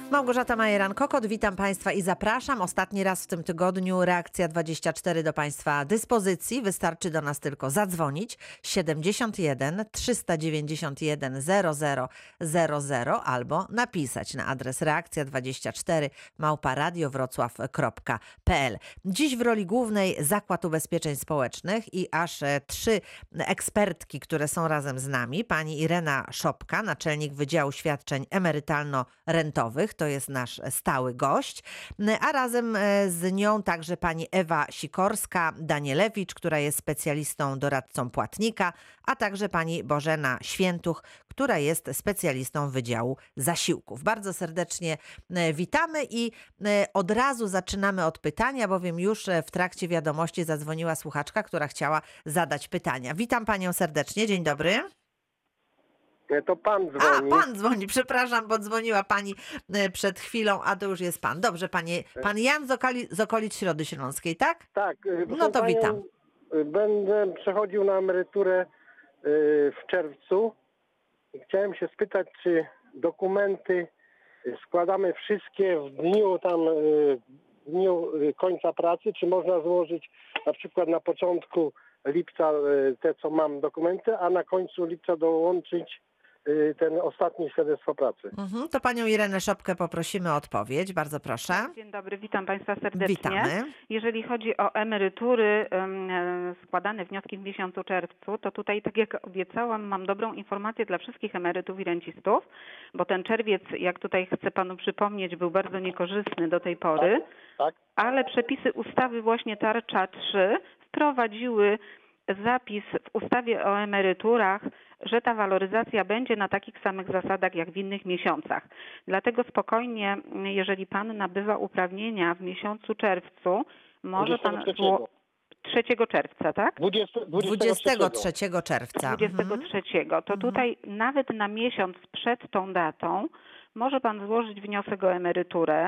Małgorzata Majeran-Kokot, witam Państwa i zapraszam. Ostatni raz w tym tygodniu Reakcja 24 do Państwa dyspozycji. Wystarczy do nas tylko zadzwonić 71 391 0000 albo napisać na adres reakcja24@radiowrocław.pl. Dziś w roli głównej Zakład Ubezpieczeń Społecznych i aż 3 ekspertki, które są razem z nami. Pani Irena Szopka, naczelnik Wydziału Świadczeń Emerytalno-Rentowych. To jest nasz stały gość, a razem z nią także pani Ewa Sikorska-Danielewicz, która jest specjalistą doradcą płatnika, a także pani Bożena Świętuch, która jest specjalistą Wydziału Zasiłków. Bardzo serdecznie witamy i od razu zaczynamy od pytania, bowiem już w trakcie wiadomości zadzwoniła słuchaczka, która chciała zadać pytania. Witam panią serdecznie, dzień dobry. To pan dzwoni. A, pan dzwoni, przepraszam, bo dzwoniła pani przed chwilą, a to już jest pan. Dobrze, pan Jan z okolic Środy Śląskiej, tak? Tak. No to witam. Będę przechodził na emeryturę w czerwcu. Chciałem się spytać, czy dokumenty składamy wszystkie w dniu końca pracy, czy można złożyć na przykład na początku lipca te, co mam dokumenty, a na końcu lipca dołączyć ten ostatni świadectwo pracy. To panią Irenę Szopkę poprosimy o odpowiedź. Bardzo proszę. Dzień dobry, witam Państwa serdecznie. Witamy. Jeżeli chodzi o emerytury, składane wnioski w miesiącu czerwcu, to tutaj, tak jak obiecałam, mam dobrą informację dla wszystkich emerytów i rencistów, bo ten czerwiec, jak tutaj chcę Panu przypomnieć, był bardzo niekorzystny do tej pory, Tak. ale przepisy ustawy właśnie Tarcza 3 wprowadziły zapis w ustawie o emeryturach, że ta waloryzacja będzie na takich samych zasadach jak w innych miesiącach. Dlatego spokojnie, jeżeli Pan nabywa uprawnienia w miesiącu czerwcu, może Pan 3 czerwca, tak? 23 czerwca. 23. To tutaj nawet na miesiąc przed tą datą może Pan złożyć wniosek o emeryturę.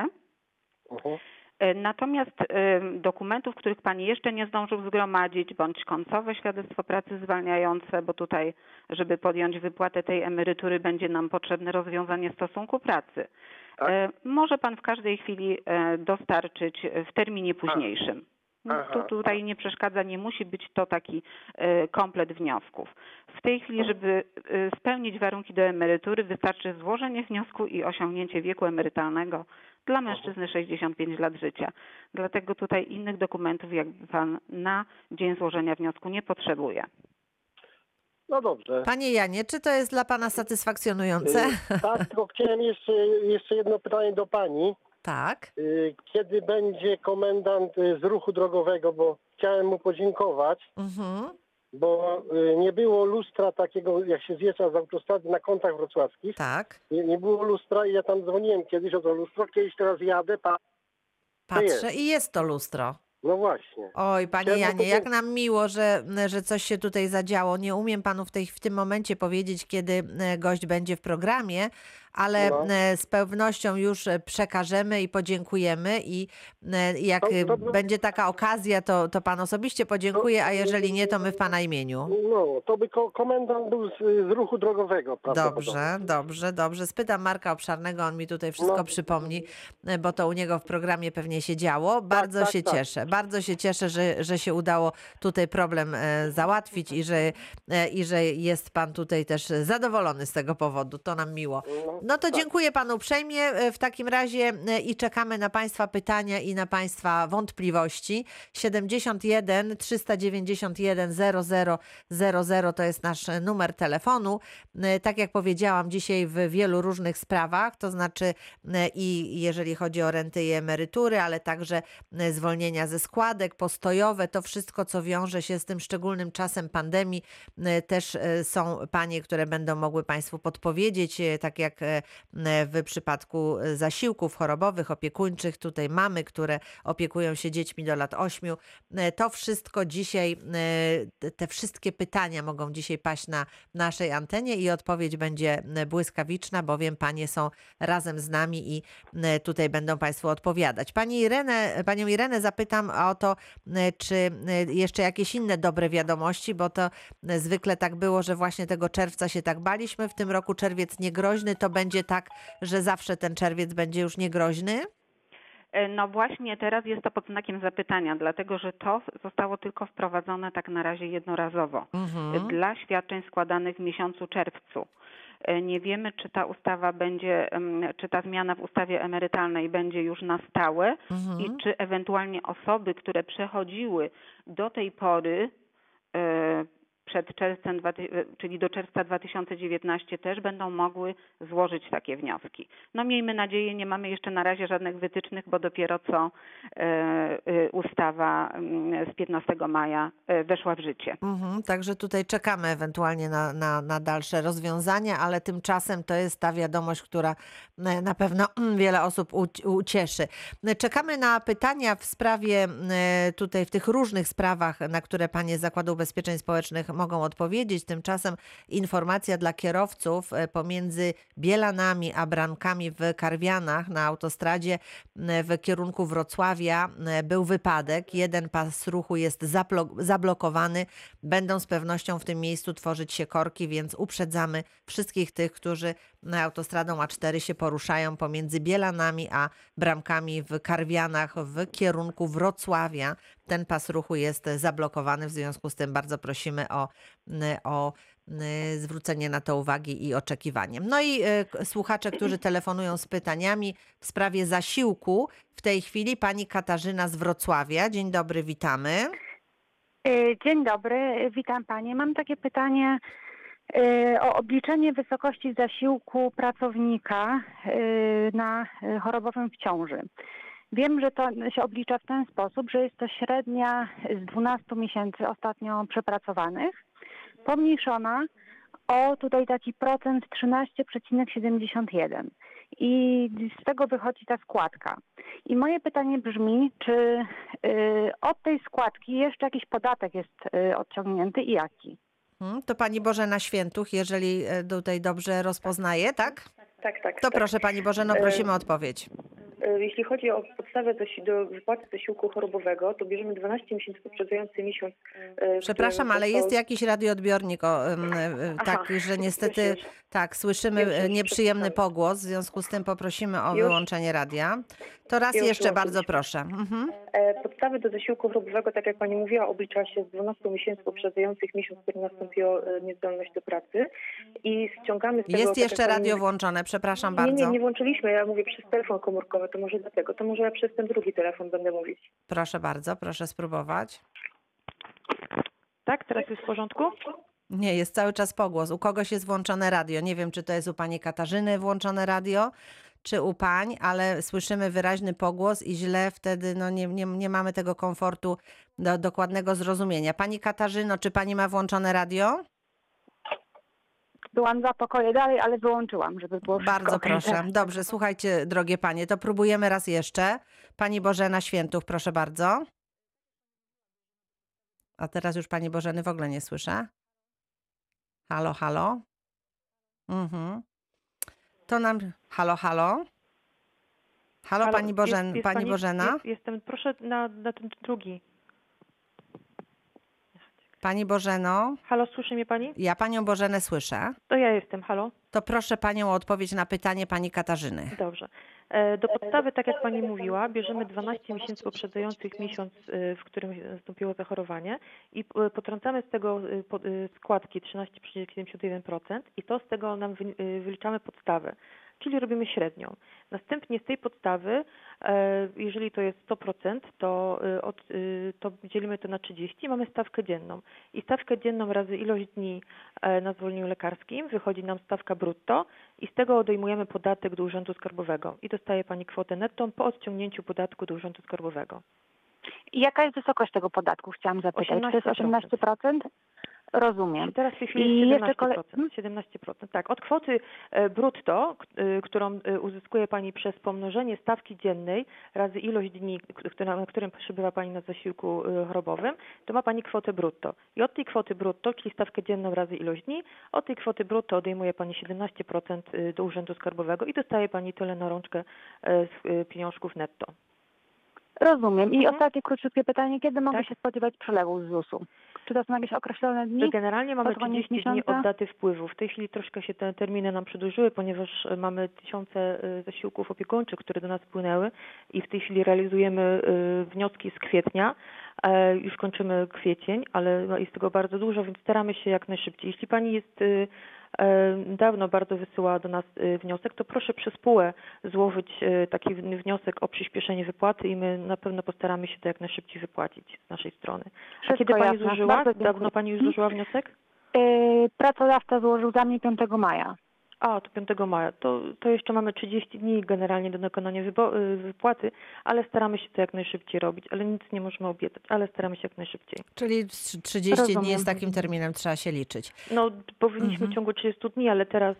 Natomiast dokumentów, których Pan jeszcze nie zdążył zgromadzić, bądź końcowe świadectwo pracy zwalniające, bo tutaj, żeby podjąć wypłatę tej emerytury, będzie nam potrzebne rozwiązanie stosunku pracy. Tak. Może Pan w każdej chwili dostarczyć w terminie późniejszym. Tutaj nie przeszkadza, nie musi być to taki komplet wniosków. W tej chwili, żeby spełnić warunki do emerytury, wystarczy złożenie wniosku i osiągnięcie wieku emerytalnego dla mężczyzny 65 lat życia. Dlatego tutaj innych dokumentów jakby Pan na dzień złożenia wniosku nie potrzebuje. No dobrze. Panie Janie, czy to jest dla Pana satysfakcjonujące? Tak, tylko chciałem jeszcze jedno pytanie do Pani. Tak. Kiedy będzie komendant z ruchu drogowego, bo chciałem mu podziękować, bo nie było lustra takiego, jak się zjeżdża z autostrady na kątach wrocławskich. Tak. Nie było lustra i ja tam dzwoniłem kiedyś o to lustro. Kiedyś teraz jadę, Patrzę i jest to lustro. No właśnie. Oj, panie Chciałem Janie, jak nam miło, że coś się tutaj zadziało. Nie umiem panu w tym momencie powiedzieć, kiedy gość będzie w programie, ale z pewnością już przekażemy i podziękujemy i jak będzie taka okazja, to pan osobiście podziękuje, a jeżeli nie, to my w pana imieniu. No, to by komendant był z ruchu drogowego. Dobrze. Spytam Marka Obszarnego, on mi tutaj wszystko przypomni, bo to u niego w programie pewnie się działo. Bardzo się cieszę. Bardzo się cieszę, że się udało tutaj problem załatwić i że jest pan tutaj też zadowolony z tego powodu. To nam miło. No to dziękuję panu uprzejmie w takim razie i czekamy na państwa pytania i na państwa wątpliwości. 71 391 0000 to jest nasz numer telefonu. Tak jak powiedziałam, dzisiaj w wielu różnych sprawach, to znaczy i jeżeli chodzi o renty i emerytury, ale także zwolnienia ze składek, postojowe, to wszystko, co wiąże się z tym szczególnym czasem pandemii. Też są panie, które będą mogły państwu podpowiedzieć, tak jak w przypadku zasiłków chorobowych, opiekuńczych. Tutaj mamy, które opiekują się dziećmi do lat 8. To wszystko dzisiaj, te wszystkie pytania mogą dzisiaj paść na naszej antenie i odpowiedź będzie błyskawiczna, bowiem panie są razem z nami i tutaj będą państwu odpowiadać. Panią Irenę zapytam pytam o to, czy jeszcze jakieś inne dobre wiadomości, bo to zwykle tak było, że właśnie tego czerwca się tak baliśmy. W tym roku czerwiec niegroźny. To będzie tak, że zawsze ten czerwiec będzie już niegroźny? No właśnie teraz jest to pod znakiem zapytania, dlatego że to zostało tylko wprowadzone tak na razie jednorazowo dla świadczeń składanych w miesiącu czerwcu. Nie wiemy, czy ta ustawa będzie, czy ta zmiana w ustawie emerytalnej będzie już na stałe i czy ewentualnie osoby, które przechodziły do tej pory przed czerwcem, czyli do czerwca 2019 też będą mogły złożyć takie wnioski. No miejmy nadzieję, nie mamy jeszcze na razie żadnych wytycznych, bo dopiero co ustawa z 15 maja weszła w życie. Także tutaj czekamy ewentualnie na dalsze rozwiązania, ale tymczasem to jest ta wiadomość, która na pewno wiele osób ucieszy. Czekamy na pytania w sprawie tutaj w tych różnych sprawach, na które panie z Zakładu Ubezpieczeń Społecznych mogą odpowiedzieć. Tymczasem informacja dla kierowców: pomiędzy Bielanami a Brankami w Karwianach na autostradzie w kierunku Wrocławia był wypadek. Jeden pas ruchu jest zablokowany. Będą z pewnością w tym miejscu tworzyć się korki, więc uprzedzamy wszystkich tych, którzy autostradą A4 się poruszają pomiędzy Bielanami a Bramkami w Karwianach w kierunku Wrocławia. Ten pas ruchu jest zablokowany, w związku z tym bardzo prosimy o zwrócenie na to uwagi i oczekiwanie. No i słuchacze, którzy telefonują z pytaniami w sprawie zasiłku, w tej chwili pani Katarzyna z Wrocławia. Dzień dobry, witamy. Dzień dobry, witam Panie. Mam takie pytanie o obliczenie wysokości zasiłku pracownika na chorobowym w ciąży. Wiem, że to się oblicza w ten sposób, że jest to średnia z 12 miesięcy ostatnio przepracowanych, pomniejszona o tutaj taki procent 13,71. I z tego wychodzi ta składka. I moje pytanie brzmi, czy od tej składki jeszcze jakiś podatek jest odciągnięty i jaki? To pani Bożena Świętuch, jeżeli tutaj dobrze rozpoznaje, tak? Tak. To proszę pani Bożeno, prosimy o odpowiedź. Jeśli chodzi o podstawę do wypłaty zasiłku chorobowego, to bierzemy 12 miesięcy poprzedzający miesiąc. Przepraszam, ale jest jakiś radioodbiornik, taki, że niestety tak, słyszymy nieprzyjemny pogłos, w związku z tym poprosimy o wyłączenie radia. To raz jeszcze bardzo proszę. Podstawy do zasiłku chorobowego, tak jak pani mówiła, oblicza się z 12 miesięcy poprzedzających miesiąc, w którym nastąpiła niezdolność do pracy i ściągamy z tego... Jest jeszcze radio włączone, przepraszam bardzo. Nie włączyliśmy, ja mówię przez telefon komórkowy, to może dlatego, to może ja przez ten drugi telefon będę mówić. Proszę bardzo, proszę spróbować. Tak, teraz jest w porządku? Nie, jest cały czas pogłos. U kogoś jest włączone radio. Nie wiem, czy to jest u pani Katarzyny włączone radio, czy u pań, ale słyszymy wyraźny pogłos i źle wtedy nie mamy tego komfortu do dokładnego zrozumienia. Pani Katarzyno, czy pani ma włączone radio? Byłam 2 pokoje dalej, ale wyłączyłam, żeby było wszystko Bardzo okej. proszę. Dobrze, słuchajcie, drogie panie, to próbujemy raz jeszcze. Pani Bożena Świętuch, proszę bardzo. A teraz już pani Bożeny w ogóle nie słyszę. Halo, halo? To nam... Halo, halo? Halo, pani Bożena? Jestem, proszę na ten drugi. Pani Bożeno? Halo, słyszy mnie pani? Ja panią Bożenę słyszę. To ja jestem, halo. To proszę panią o odpowiedź na pytanie pani Katarzyny. Dobrze. Do podstawy, tak jak pani mówiła, bierzemy 12 miesięcy poprzedzających miesiąc, w którym nastąpiło zachorowanie i potrącamy z tego składki 13,71% i to z tego nam wyliczamy podstawę, czyli robimy średnią. Następnie z tej podstawy, jeżeli to jest 100%, to dzielimy to na 30 i mamy stawkę dzienną. I stawkę dzienną razy ilość dni na zwolnieniu lekarskim wychodzi nam stawka brutto i z tego odejmujemy podatek do Urzędu Skarbowego. I dostaje pani kwotę netto po odciągnięciu podatku do Urzędu Skarbowego. I jaka jest wysokość tego podatku, chciałam zapytać? 18%. To jest 18%? Rozumiem. I teraz w tej chwili jest 17%. Jeszcze 17%. Tak, od kwoty brutto, którą uzyskuje pani przez pomnożenie stawki dziennej razy ilość dni, na którym przebywa pani na zasiłku chorobowym, to ma pani kwotę brutto. I od tej kwoty brutto, czyli stawkę dzienną razy ilość dni, od tej kwoty brutto odejmuje pani 17% do Urzędu Skarbowego i dostaje pani tyle na rączkę z pieniążków netto. Rozumiem. I ostatnie króciutkie pytanie. Kiedy mogę Tak. się spodziewać przelewu z ZUS-u? Czy to są jakieś określone dni? Generalnie mamy Pod koniec 30 dni miesiąca? od daty wpływu. W tej chwili troszkę się te terminy nam przedłużyły, ponieważ mamy tysiące zasiłków opiekuńczych, które do nas wpłynęły i w tej chwili realizujemy wnioski z kwietnia. Już kończymy kwiecień, ale jest tego bardzo dużo, więc staramy się jak najszybciej. Jeśli pani jest dawno bardzo wysyłała do nas wniosek, to proszę przez PUE złożyć taki wniosek o przyspieszenie wypłaty i my na pewno postaramy się to jak najszybciej wypłacić z naszej strony. A Wszystko kiedy pani jasne. złożyła? Bardzo dziękuję. Dawno pani już złożyła wniosek? Pracodawca złożył za mnie 5 maja. A, to 5 maja. To jeszcze mamy 30 dni generalnie do dokonania wypłaty, ale staramy się to jak najszybciej robić. Ale nic nie możemy obiecać, ale staramy się jak najszybciej. Czyli 30 dni Rozumiem. z takim terminem trzeba się liczyć. No, powinniśmy w ciągu 30 dni, ale teraz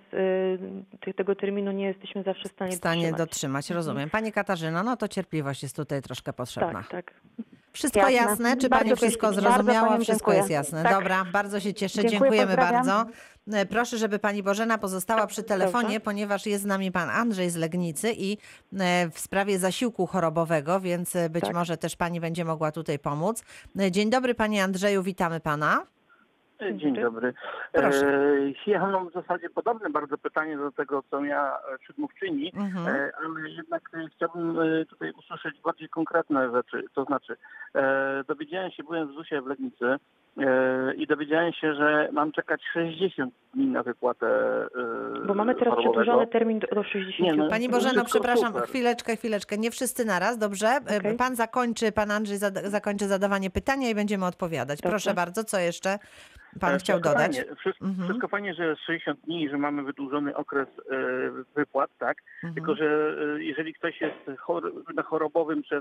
tego terminu nie jesteśmy zawsze w stanie dotrzymać. Rozumiem. Pani Katarzyna, no to cierpliwość jest tutaj troszkę potrzebna. Tak. Wszystko jasne? Czy Bardzo pani wszystko bardzo zrozumiała? pani Wszystko dziękuję. jest jasne. Tak. Dobra, bardzo się cieszę. Dziękuję, Dziękujemy pozdrawiam. bardzo. Proszę, żeby pani Bożena pozostała przy telefonie, Dobrze. ponieważ jest z nami pan Andrzej z Legnicy i w sprawie zasiłku chorobowego, więc być Tak. może też pani będzie mogła tutaj pomóc. Dzień dobry panie Andrzeju, witamy pana. Dzień dobry. Proszę. Ja mam w zasadzie podobne bardzo pytanie do tego, co miała przedmówczyni, ale jednak chciałbym tutaj usłyszeć bardziej konkretne rzeczy. To znaczy, dowiedziałem się, byłem w ZUS-ie w Legnicy i dowiedziałem się, że mam czekać 60 dni na wypłatę Bo mamy teraz chorobowego. przedłużony termin do 60 Nie, no, Pani Bożeno, wszystko przepraszam, super. chwileczkę, nie wszyscy naraz, dobrze? Okej. Pan Andrzej zakończy zadawanie pytania i będziemy odpowiadać. Dobrze. Proszę bardzo, co jeszcze pan chciał dodać? Fajnie. Wszystko fajnie, że jest 60 dni i że mamy wydłużony okres wypłat, tak? Tylko, że jeżeli ktoś jest na chorobowym przez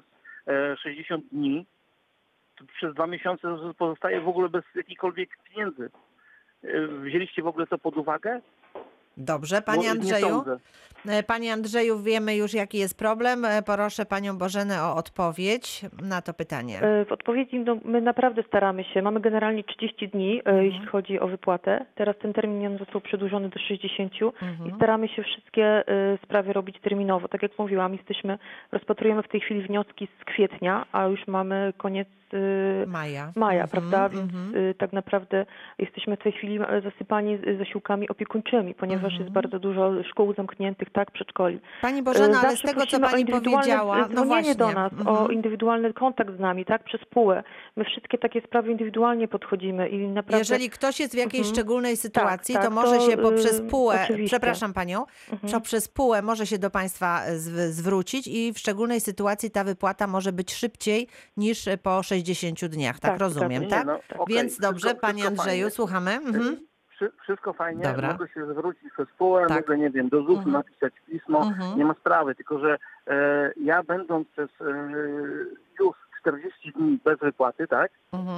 60 dni, to przez 2 miesiące pozostaje w ogóle bez jakichkolwiek pieniędzy. Wzięliście w ogóle to pod uwagę? Dobrze, Bo panie nie Andrzeju. sądzę. Panie Andrzeju, wiemy już jaki jest problem. Proszę panią Bożenę o odpowiedź na to pytanie. W odpowiedzi my naprawdę staramy się. Mamy generalnie 30 dni, jeśli chodzi o wypłatę. Teraz ten termin nam został przedłużony do 60 i staramy się wszystkie sprawy robić terminowo. Tak jak mówiłam, rozpatrujemy w tej chwili wnioski z kwietnia, a już mamy koniec maja, prawda? Więc tak naprawdę jesteśmy w tej chwili zasypani zasiłkami opiekuńczymi, ponieważ jest bardzo dużo szkół zamkniętych, tak, przedszkoli. Pani Bożena, ale z Zawsze tego, co prosimy o pani indywidualne powiedziała, no dzwonienie właśnie. do nas, o indywidualny kontakt z nami, tak, przez PUE. My wszystkie takie sprawy indywidualnie podchodzimy i naprawdę... Jeżeli ktoś jest w jakiejś szczególnej sytuacji, tak, to może się poprzez PUE, oczywiście. przepraszam panią, poprzez PUE może się do państwa zwrócić i w szczególnej sytuacji ta wypłata może być szybciej niż po 60 dniach. Tak, Tak, rozumiem, Nie, tak? no, okej, Więc dobrze, panie wszystko Andrzeju, fajnie. słuchamy. Wszystko fajnie, Dobra. mogę się zwrócić przez PUE, Tak. mogę, nie wiem, do ZUS-u napisać pismo, nie ma sprawy, tylko że ja będąc przez już 40 dni bez wypłaty, tak?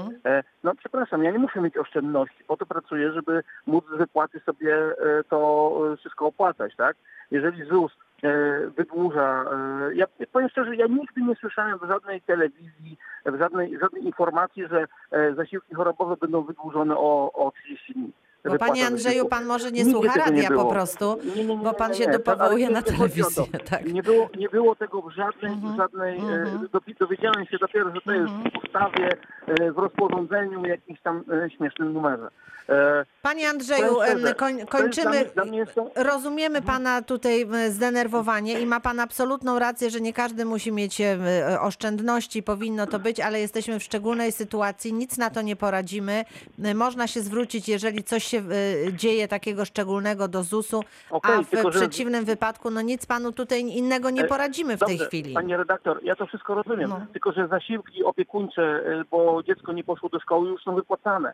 No przepraszam, ja nie muszę mieć oszczędności, po to pracuję, żeby móc z wypłaty sobie to wszystko opłacać, tak? Jeżeli ZUS wydłuża, ja powiem szczerze, ja nigdy nie słyszałem w żadnej telewizji, w żadnej informacji, że zasiłki chorobowe będą wydłużone o 30 dni. Bo Wypłata panie Andrzeju, zasiłków. pan może nie Nigdy słucha tego nie radia było. po prostu, Nie, bo pan się nie. dopowołuje Ale na nie chodzi o to. telewizję. Tak. Nie było tego w żadnej dowiedziałem się dopiero, że to jest w ustawie, w rozporządzeniu, jakimś tam śmiesznym numerze. Panie Andrzeju, kończymy. Dla mnie jest to... Rozumiemy pana tutaj zdenerwowanie i ma pan absolutną rację, że nie każdy musi mieć oszczędności, powinno to być, ale jesteśmy w szczególnej sytuacji, nic na to nie poradzimy. Można się zwrócić, jeżeli coś się dzieje takiego szczególnego do ZUS-u, a w przeciwnym wypadku no nic panu tutaj innego nie poradzimy w tej chwili. Pani redaktor, ja to wszystko rozumiem, No. tylko że zasiłki opiekuńcze, bo dziecko nie poszło do szkoły, już są wypłacane.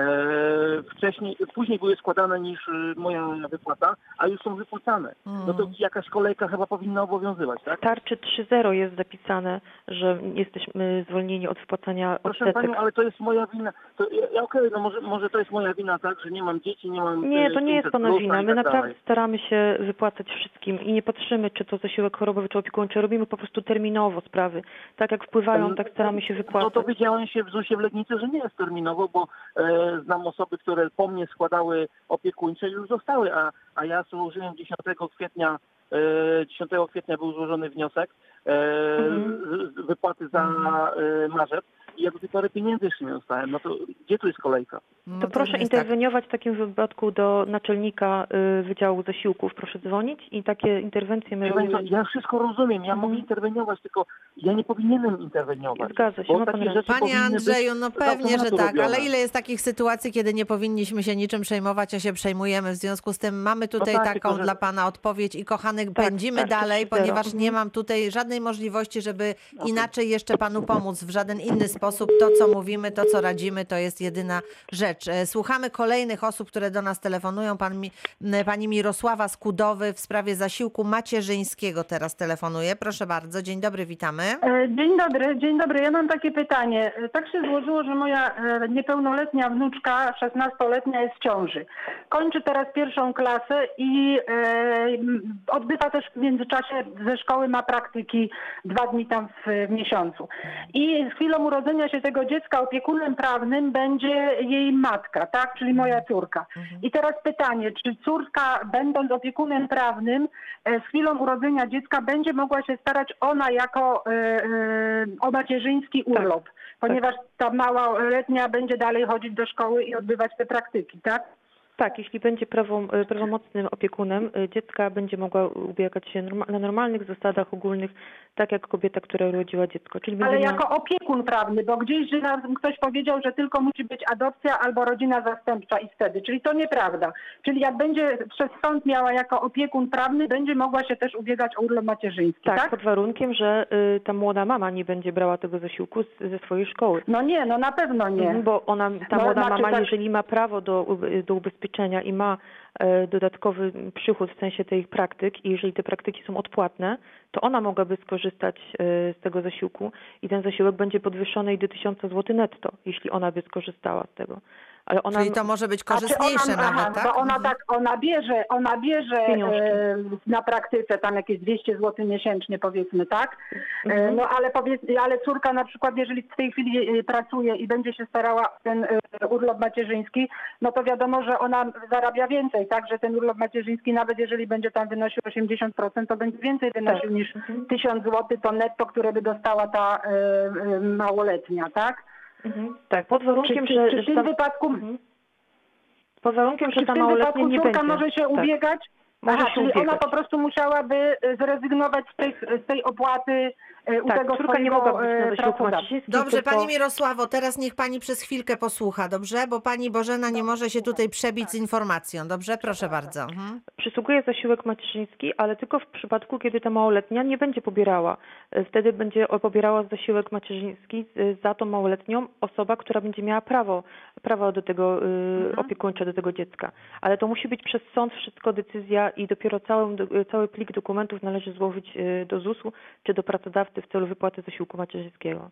Później były składane niż moja wypłata, a już są wypłacane. No to jakaś kolejka chyba powinna obowiązywać, tak? W tarczy 3.0 jest zapisane, że jesteśmy zwolnieni od wpłacania Proszę odsetek. panią, ale to jest moja wina. Okej, no może to jest moja wina, tak, że nie mam dzieci, nie mam... Nie, to nie jest pana 500+ wina. i My tak naprawdę dalej. staramy się wypłacać wszystkim i nie patrzymy, czy to zasiłek chorobowy, czy opiekuńczy. Robimy po prostu terminowo sprawy. Tak jak wpływają, tak staramy się No wypłacać. dowiedziałem się w ZUS-ie w Legnicy, że nie jest terminowo, bo znam osoby, które po mnie składały opiekuńcze i już zostały, a ja złożyłem 10 kwietnia był złożony wniosek, wypłaty za marzec i ja do tej pory pieniędzy jeszcze nie dostałem. No to gdzie tu jest kolejka? No To proszę interweniować w takim wypadku do naczelnika Wydziału Zasiłków. Proszę dzwonić i takie interwencje my robimy. Ja wszystko rozumiem, ja mogę interweniować, tylko ja nie powinienem interweniować. Zgadza się, Bo ma pan takie rację. rzeczy Panie powinny Andrzeju, być no z pewnie, że automatu tak, robione. ale ile jest takich sytuacji, kiedy nie powinniśmy się niczym przejmować, a się przejmujemy. W związku z tym mamy tutaj tak, taką tylko że- dla Pana odpowiedź i kochany, pędzimy tak, dalej, 3-0. ponieważ nie mam tutaj żadnej możliwości, żeby inaczej jeszcze Panu pomóc w żaden inny sposób. To, co mówimy, to, co radzimy, to jest jedyna rzecz. Słuchamy kolejnych osób, które do nas telefonują. Pani Mirosława z Kudowy w sprawie zasiłku macierzyńskiego teraz telefonuje. Proszę bardzo, dzień dobry, witamy. Dzień dobry. Ja mam takie pytanie. Tak się złożyło, że moja niepełnoletnia wnuczka, 16-letnia, jest w ciąży. Kończy teraz 1. klasę i odbywa też w międzyczasie ze szkoły, ma praktyki 2 dni tam w miesiącu. I z chwilą urodzenia się tego dziecka opiekunem prawnym będzie jej matka, tak? Czyli moja córka. I teraz pytanie, czy córka, będąc opiekunem prawnym, z chwilą urodzenia dziecka będzie mogła się starać ona jako o macierzyński urlop, ponieważ ta małoletnia będzie dalej chodzić do szkoły i odbywać te praktyki, tak? Tak, jeśli będzie prawomocnym opiekunem dziecka, będzie mogła ubiegać się na normalnych zasadach ogólnych, tak jak kobieta, która urodziła dziecko. Czyli Ale będzie jako opiekun prawny, bo gdzieś że nam ktoś powiedział, że tylko musi być adopcja albo rodzina zastępcza i wtedy. Czyli to nieprawda. Czyli jak będzie przez sąd miała jako opiekun prawny, będzie mogła się też ubiegać o urlop macierzyński, tak? Tak, pod warunkiem, że ta młoda mama nie będzie brała tego zasiłku ze swojej szkoły. No nie, no na pewno nie. Bo ta młoda znaczy mama, tak- jeżeli ma prawo do ubezpieczenia i ma dodatkowy przychód w sensie tych praktyk i jeżeli te praktyki są odpłatne, to ona mogłaby skorzystać z tego zasiłku i ten zasiłek będzie podwyższony i do 1000 zł netto, jeśli ona by skorzystała z tego. Ale ona... Czyli to może być korzystniejsze nawet, tak? Bo ona bierze Pieniążki. na praktyce tam jakieś 200 zł miesięcznie, powiedzmy, tak? No ale córka na przykład, jeżeli w tej chwili pracuje i będzie się starała o ten urlop macierzyński, no to wiadomo, że ona zarabia więcej, tak? Że ten urlop macierzyński, nawet jeżeli będzie tam wynosił 80%, to będzie więcej wynosił niż 1000 zł to netto, które by dostała ta małoletnia, tak? Tak, pod warunkiem, Czy w tym wypadku... Pod warunkiem, że Czy w ta tym małoletnia wypadku nie córka będzie. może się ubiegać? Może się czyli ubiegać. ona po prostu musiałaby zrezygnować z tej opłaty u Tak, tego córka nie swojego mogła być na zasiłku pracodawcy. macierzyńskim. Dobrze, tylko... Pani Mirosławo, teraz niech Pani przez chwilkę posłucha, dobrze? Bo Pani Bożena nie może się tutaj przebić z informacją, dobrze? Proszę bardzo. Przysługuje zasiłek macierzyński, ale tylko w przypadku, kiedy ta małoletnia nie będzie pobierała. Wtedy będzie pobierała zasiłek macierzyński za tą małoletnią osoba, która będzie miała prawo do tego opiekuńcze, do tego dziecka. Ale to musi być przez sąd wszystko decyzja i dopiero cały plik dokumentów należy złożyć do ZUS-u czy do pracodawcy w celu wypłaty zasiłku macierzyńskiego.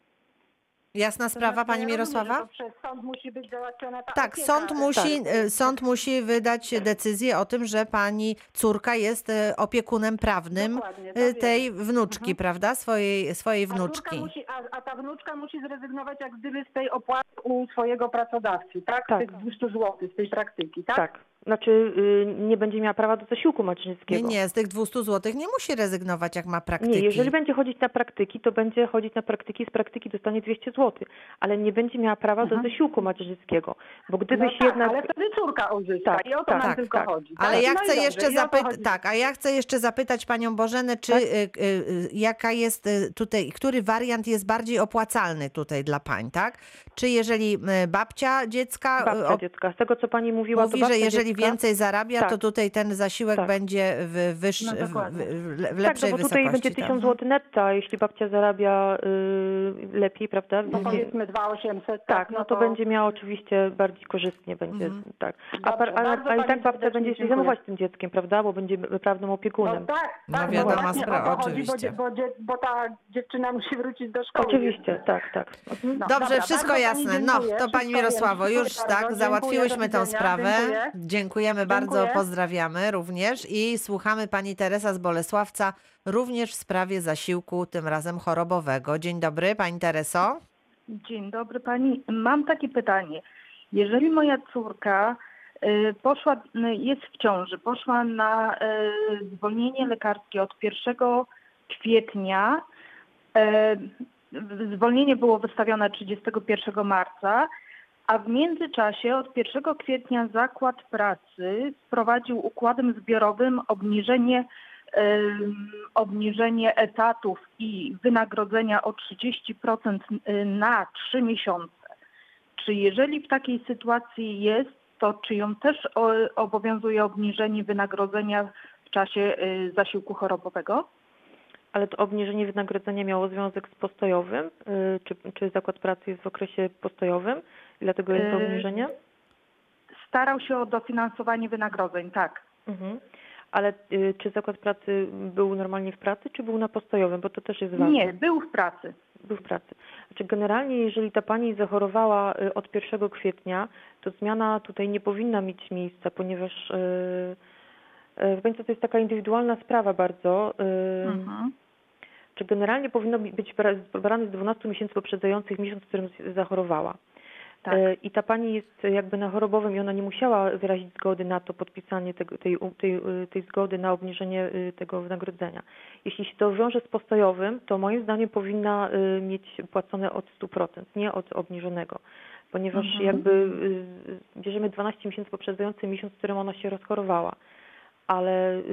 Jasna sprawa, Pani Mirosława? To przez sąd musi być załatwiona ta Tak, opieka. sąd musi wydać decyzję o tym, że Pani córka jest opiekunem prawnym Dokładnie, to tej wnuczki, prawda? Swojej wnuczki. A ta wnuczka musi zrezygnować jak gdyby z tej opłaty u swojego pracodawcy, tak? Tak. Z tych 200 zł, z tej praktyki, tak? Tak. Znaczy nie będzie miała prawa do zasiłku macierzyńskiego. Nie, z tych 200 zł nie musi rezygnować, jak ma praktyki. Nie, jeżeli będzie chodzić na praktyki, to będzie chodzić na praktyki, z praktyki dostanie 200 zł, ale nie będzie miała prawa do zasiłku macierzyńskiego, bo gdybyś jednak... ale wtedy córka uzyska i o to nam tylko chodzi. Ale tak? ja No chcę i dobrze, jeszcze i o to chodzi. a ja chcę jeszcze zapytać Panią Bożenę, czy jaka jest tutaj, który wariant jest bardziej opłacalny tutaj dla pań, tak? Czy jeżeli babcia dziecka dziecka. Z tego, co Pani mówiła, mówi, to że jeżeli dziecka, więcej zarabia, to tutaj ten zasiłek będzie wyższy, w lepszej bo wysokości. tutaj będzie 1000 zł netto, a jeśli babcia zarabia lepiej, prawda? No powiedzmy 2800. Tak, no to będzie miała oczywiście bardziej korzystnie będzie, tak. A i tak babcia będzie się zajmować tym dzieckiem, prawda? Bo będzie prawnym opiekunem. No tak, No tak, wiadoma właśnie sprawa, o to chodzi, oczywiście. bo ta dziewczyna musi wrócić do szkoły. Oczywiście, tak. No, Dobrze, dobra, wszystko bardzo jasne. pani No, dziękuję, to Pani wszystko Mirosławo, wiem. już Dziękuję tak, bardzo, załatwiłyśmy do tą widzenia, sprawę. dziękuję. Dziękujemy bardzo, Dziękuję. pozdrawiamy również i słuchamy Pani Teresa z Bolesławca również w sprawie zasiłku, tym razem chorobowego. Dzień dobry, Pani Tereso. Dzień dobry Pani. Mam takie pytanie. Jeżeli moja córka jest w ciąży, poszła na zwolnienie lekarskie od 1 kwietnia. Zwolnienie było wystawione 31 marca, a w międzyczasie od 1 kwietnia Zakład Pracy wprowadził układem zbiorowym obniżenie etatów i wynagrodzenia o 30% na 3 miesiące. Czy jeżeli w takiej sytuacji jest, to czy ją też obowiązuje obniżenie wynagrodzenia w czasie zasiłku chorobowego? Ale to obniżenie wynagrodzenia miało związek z postojowym? Czy Zakład Pracy jest w okresie postojowym i dlatego jest to obniżenie? Starał się o dofinansowanie wynagrodzeń, tak. Mhm. Ale czy Zakład Pracy był normalnie w pracy, czy był na postojowym? Bo to też jest ważne. Nie, był w pracy. Był w pracy. Znaczy generalnie, jeżeli ta pani zachorowała od 1 kwietnia, to zmiana tutaj nie powinna mieć miejsca, ponieważ to jest taka indywidualna sprawa bardzo. Czy generalnie powinno być brane z 12 miesięcy poprzedzających miesiąc, w którym zachorowała. Tak. I ta pani jest jakby na chorobowym i ona nie musiała wyrazić zgody na to, podpisanie tej zgody na obniżenie tego wynagrodzenia. Jeśli się to wiąże z postojowym, to moim zdaniem powinna mieć płacone od 100%, nie od obniżonego. Ponieważ jakby bierzemy 12 miesięcy poprzedzający miesiąc, w którym ona się rozchorowała. Ale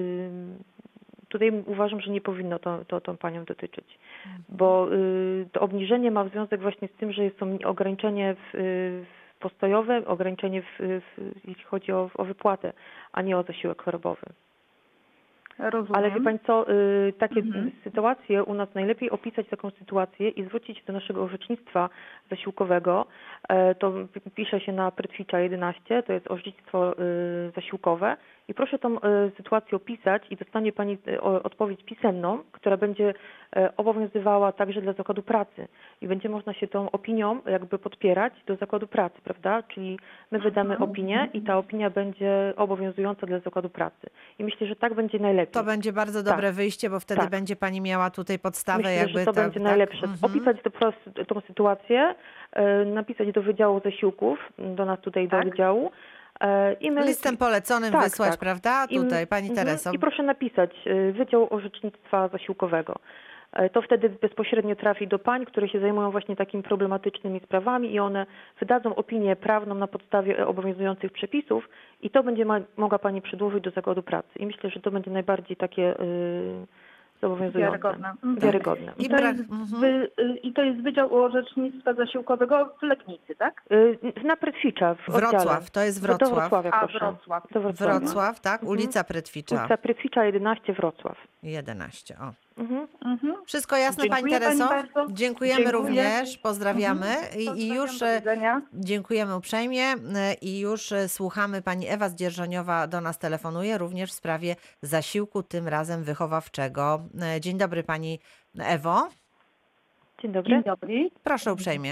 tutaj uważam, że nie powinno to tą panią dotyczyć, bo to obniżenie ma związek właśnie z tym, że jest to ograniczenie postojowe, ograniczenie jeśli chodzi o wypłatę, a nie o zasiłek chorobowy. Rozumiem. Ale wie pani co, takie sytuacje u nas najlepiej opisać taką sytuację i zwrócić się do naszego orzecznictwa zasiłkowego. To pisze się na Prytwicza 11, to jest orzecznictwo zasiłkowe i proszę tą sytuację opisać i dostanie pani odpowiedź pisemną, która będzie obowiązywała także dla Zakładu Pracy i będzie można się tą opinią jakby podpierać do Zakładu Pracy, prawda? Czyli my wydamy opinię i ta opinia będzie obowiązująca dla Zakładu Pracy. I myślę, że tak będzie najlepiej. To będzie bardzo dobre wyjście, bo wtedy będzie pani miała tutaj podstawę. Myślę, że to będzie najlepsze. Opisać tą sytuację, napisać do Wydziału Zasiłków, do nas tutaj do Wydziału. I my listem poleconym wysłać, prawda? Tutaj, pani Tereso. I proszę napisać Wydział Orzecznictwa Zasiłkowego. To wtedy bezpośrednio trafi do pań, które się zajmują właśnie takimi problematycznymi sprawami i one wydadzą opinię prawną na podstawie obowiązujących przepisów i to będzie mogła pani przedłożyć do Zakładu Pracy. I myślę, że to będzie najbardziej takie zobowiązujące. Wiarygodne. I to jest Wydział Orzecznictwa Zasiłkowego w Legnicy, tak? Na Prytwicza w Wrocław, to jest Wrocław. Do Wrocławia, proszę. Wrocław, tak? Ulica Prytwicza. Ulica Prytwicza 11, Wrocław. 11, o. Wszystko jasne, pani Tereso? Pani Dziękujemy również, pozdrawiamy i już dziękujemy uprzejmie i już słuchamy. Pani Ewa Zdzierżoniowa do nas telefonuje również w sprawie zasiłku, tym razem wychowawczego. Dzień dobry pani Ewo. Dzień dobry. Dzień dobry. Proszę uprzejmie.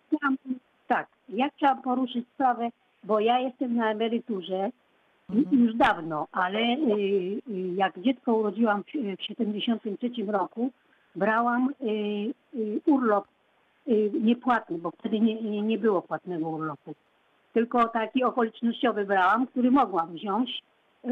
Ja chciałam poruszyć sprawę, bo ja jestem na emeryturze już dawno, ale jak dziecko urodziłam w 1973 roku, brałam urlop niepłatny, bo wtedy nie było płatnego urlopu. Tylko taki okolicznościowy brałam, który mogłam wziąć.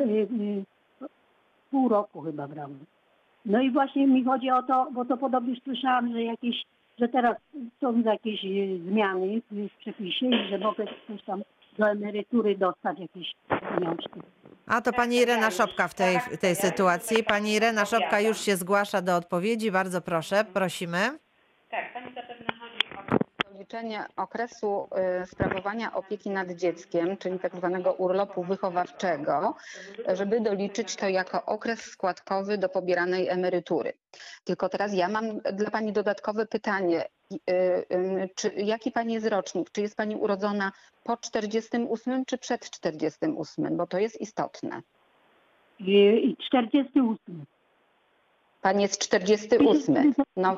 Pół roku chyba brałam. No i właśnie mi chodzi o to, bo to podobnie słyszałam, że teraz są jakieś zmiany w przepisie i że mogę coś tam do emerytury dostać jakieś pieniążki. A to pani Irena Szopka w tej sytuacji. Pani Irena Szopka już się zgłasza do odpowiedzi. Bardzo proszę, prosimy. Tak, pani zapewne chodzi o doliczenie okresu sprawowania opieki nad dzieckiem, czyli tak zwanego urlopu wychowawczego, żeby doliczyć to jako okres składkowy do pobieranej emerytury. Tylko teraz ja mam dla pani dodatkowe pytanie. Jaki pani jest rocznik? Czy jest pani urodzona po 48 czy przed 48? Bo to jest istotne. 48. Pani jest 48.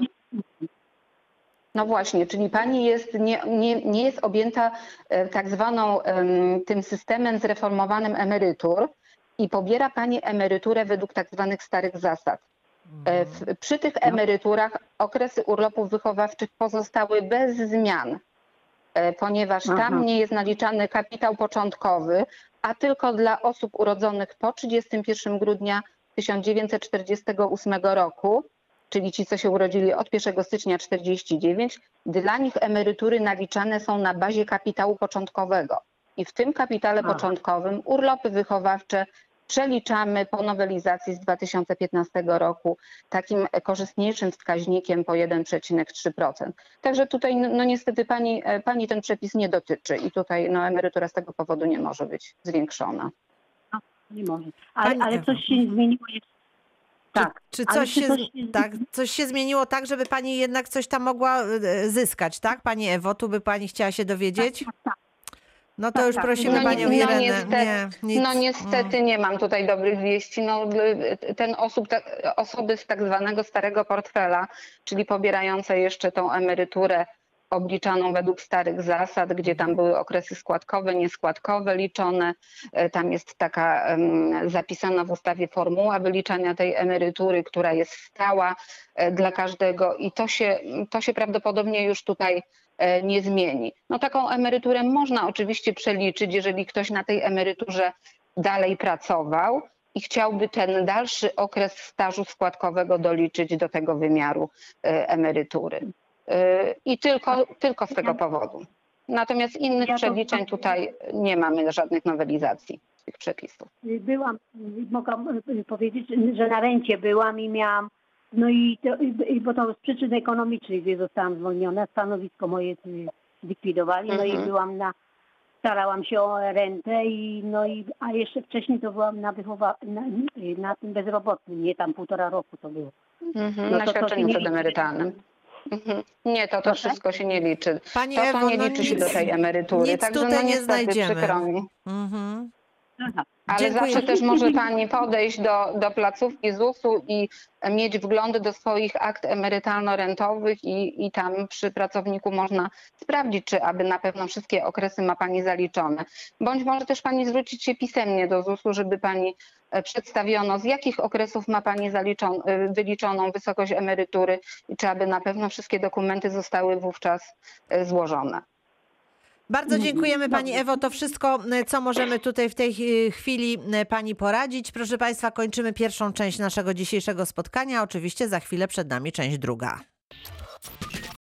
No właśnie, czyli pani nie jest objęta tak zwaną tym systemem zreformowanym emerytur i pobiera pani emeryturę według tak zwanych starych zasad. Przy tych emeryturach okresy urlopów wychowawczych pozostały bez zmian, ponieważ tam nie jest naliczany kapitał początkowy, a tylko dla osób urodzonych po 31 grudnia 1948 roku czyli ci, co się urodzili od 1 stycznia 49, dla nich emerytury naliczane są na bazie kapitału początkowego. I w tym kapitale początkowym urlopy wychowawcze przeliczamy po nowelizacji z 2015 roku takim korzystniejszym wskaźnikiem po 1,3%. Także tutaj no niestety pani ten przepis nie dotyczy i tutaj no, emerytura z tego powodu nie może być zwiększona. Nie może. Ale coś się zmieniło. Tak. Czy coś się zmieniło tak, żeby pani jednak coś tam mogła zyskać, tak? Pani Ewo, tu by pani chciała się dowiedzieć? Tak. No to już prosimy panią Irenę. No niestety nie mam tutaj dobrych wieści. No, osoby z tak zwanego starego portfela, czyli pobierające jeszcze tą emeryturę obliczaną według starych zasad, gdzie tam były okresy składkowe, nieskładkowe liczone. Tam jest taka zapisana w ustawie formuła wyliczania tej emerytury, która jest stała dla każdego i to się prawdopodobnie już tutaj nie zmieni. No taką emeryturę można oczywiście przeliczyć, jeżeli ktoś na tej emeryturze dalej pracował i chciałby ten dalszy okres stażu składkowego doliczyć do tego wymiaru emerytury. I tylko z tego powodu. Natomiast innych przeliczeń tutaj nie mamy żadnych nowelizacji tych przepisów. Mogę powiedzieć, że na rencie byłam i miałam, no bo to z przyczyn ekonomicznych, gdzie zostałam zwolniona, stanowisko moje zlikwidowali, no i starałam się o rentę a jeszcze wcześniej to byłam na tym bezrobotnym, nie tam 1,5 roku to było. No na świadczeniu przedemerytalnym. Nie, to wszystko się nie liczy. Pani to Ewo, nie liczy się do tej emerytury. Nic Także tutaj no nie znajdziemy. Przykro mi. Ale zawsze też może pani podejść do placówki ZUS-u i mieć wgląd do swoich akt emerytalno-rentowych i tam przy pracowniku można sprawdzić, czy aby na pewno wszystkie okresy ma pani zaliczone. Bądź może też pani zwrócić się pisemnie do ZUS-u, żeby pani przedstawiono, z jakich okresów ma pani wyliczoną wysokość emerytury i czy aby na pewno wszystkie dokumenty zostały wówczas złożone. Bardzo dziękujemy pani Ewo. To wszystko, co możemy tutaj w tej chwili pani poradzić. Proszę państwa, kończymy pierwszą część naszego dzisiejszego spotkania. Oczywiście za chwilę przed nami część druga.